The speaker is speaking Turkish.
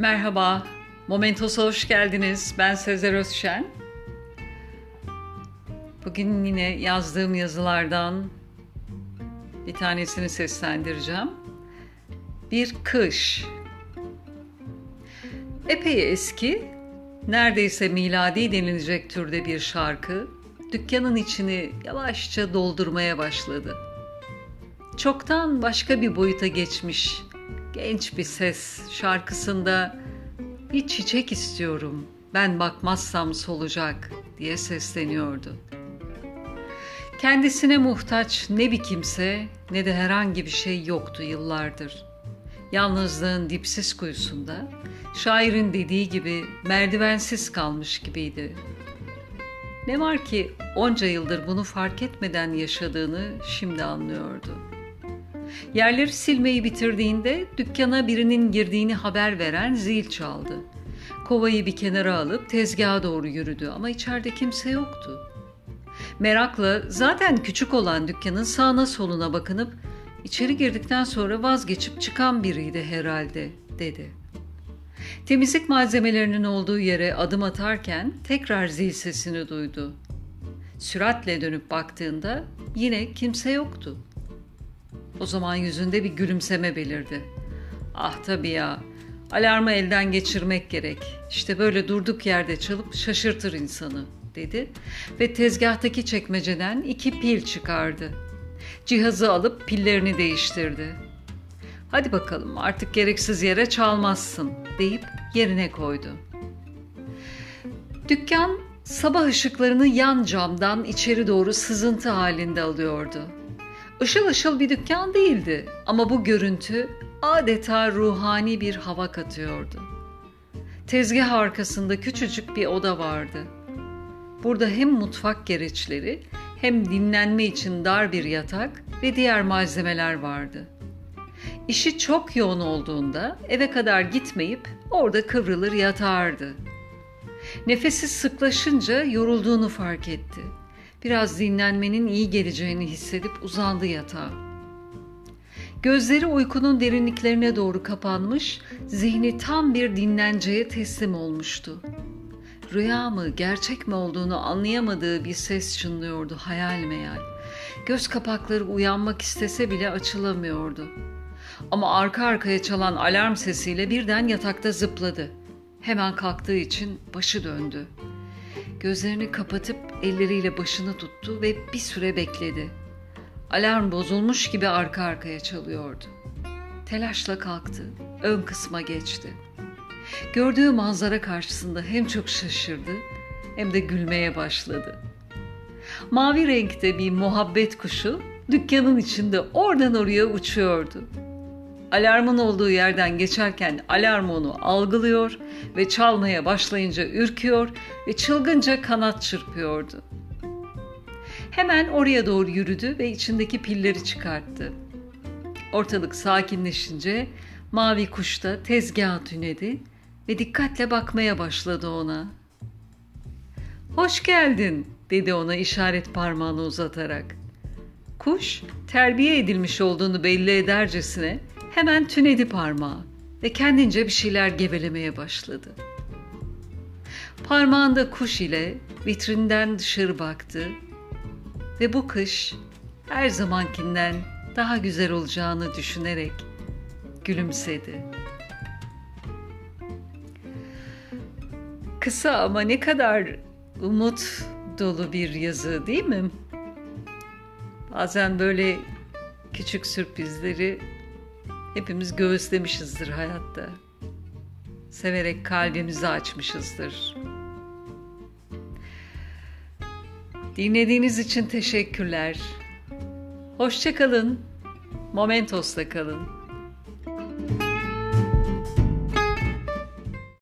Merhaba, Momentos'a hoş geldiniz. Ben Sezer Özşen. Bugün yine yazdığım yazılardan bir tanesini seslendireceğim. Bir kış. Epey eski, neredeyse miladi denilecek türde bir şarkı, dükkanın içini yavaşça doldurmaya başladı. Çoktan başka bir boyuta geçmiş genç bir ses şarkısında "Bir çiçek istiyorum, ben bakmazsam solacak" diye sesleniyordu. Kendisine muhtaç ne bir kimse ne de herhangi bir şey yoktu yıllardır. Yalnızlığın dipsiz kuyusunda, şairin dediği gibi merdivensiz kalmış gibiydi. Ne var ki onca yıldır bunu fark etmeden yaşadığını şimdi anlıyordu. Yerleri silmeyi bitirdiğinde dükkana birinin girdiğini haber veren zil çaldı. Kovayı bir kenara alıp tezgaha doğru yürüdü ama içeride kimse yoktu. Merakla zaten küçük olan dükkanın sağına soluna bakınıp içeri girdikten sonra vazgeçip çıkan biriydi herhalde dedi. Temizlik malzemelerinin olduğu yere adım atarken tekrar zil sesini duydu. Süratle dönüp baktığında yine kimse yoktu. O zaman yüzünde bir gülümseme belirdi. "Ah tabii ya, alarmı elden geçirmek gerek. İşte böyle durduk yerde çalıp şaşırtır insanı" dedi ve tezgahtaki çekmeceden 2 pil çıkardı. Cihazı alıp pillerini değiştirdi. "Hadi bakalım, artık gereksiz yere çalmazsın" deyip yerine koydu. Dükkan sabah ışıklarını yan camdan içeri doğru sızıntı halinde alıyordu. Işıl ışıl bir dükkan değildi ama bu görüntü adeta ruhani bir hava katıyordu. Tezgah arkasında küçücük bir oda vardı. Burada hem mutfak gereçleri hem dinlenme için dar bir yatak ve diğer malzemeler vardı. İşi çok yoğun olduğunda eve kadar gitmeyip orada kıvrılır yatardı. Nefesi sıklaşınca yorulduğunu fark etti. Biraz dinlenmenin iyi geleceğini hissedip uzandı yatağa. Gözleri uykunun derinliklerine doğru kapanmış, zihni tam bir dinlenceye teslim olmuştu. Rüya mı, gerçek mi olduğunu anlayamadığı bir ses çınlıyordu hayal meyal. Göz kapakları uyanmak istese bile açılamıyordu. Ama arka arkaya çalan alarm sesiyle birden yatakta zıpladı. Hemen kalktığı için başı döndü. Gözlerini kapatıp elleriyle başını tuttu ve bir süre bekledi. Alarm bozulmuş gibi arka arkaya çalıyordu. Telaşla kalktı, ön kısma geçti. Gördüğü manzara karşısında hem çok şaşırdı hem de gülmeye başladı. Mavi renkte bir muhabbet kuşu dükkanın içinde oradan oraya uçuyordu. Alarmın olduğu yerden geçerken alarm onu algılıyor ve çalmaya başlayınca ürküyor ve çılgınca kanat çırpıyordu. Hemen oraya doğru yürüdü ve içindeki pilleri çıkarttı. Ortalık sakinleşince mavi kuş da tezgaha tünedi ve dikkatle bakmaya başladı ona. "Hoş geldin" dedi ona işaret parmağını uzatarak. Kuş terbiye edilmiş olduğunu belli edercesine hemen tünedi parmağı ve kendince bir şeyler gevelemeye başladı. Parmağında kuş ile vitrinden dışarı baktı ve bu kış her zamankinden daha güzel olacağını düşünerek gülümsedi. Kısa ama ne kadar umut dolu bir yazı, değil mi? Bazen böyle küçük sürprizleri hepimiz göğüslemişizdir hayatta. Severek kalbimizi açmışızdır. Dinlediğiniz için teşekkürler. Hoşça kalın. Momentos'ta kalın.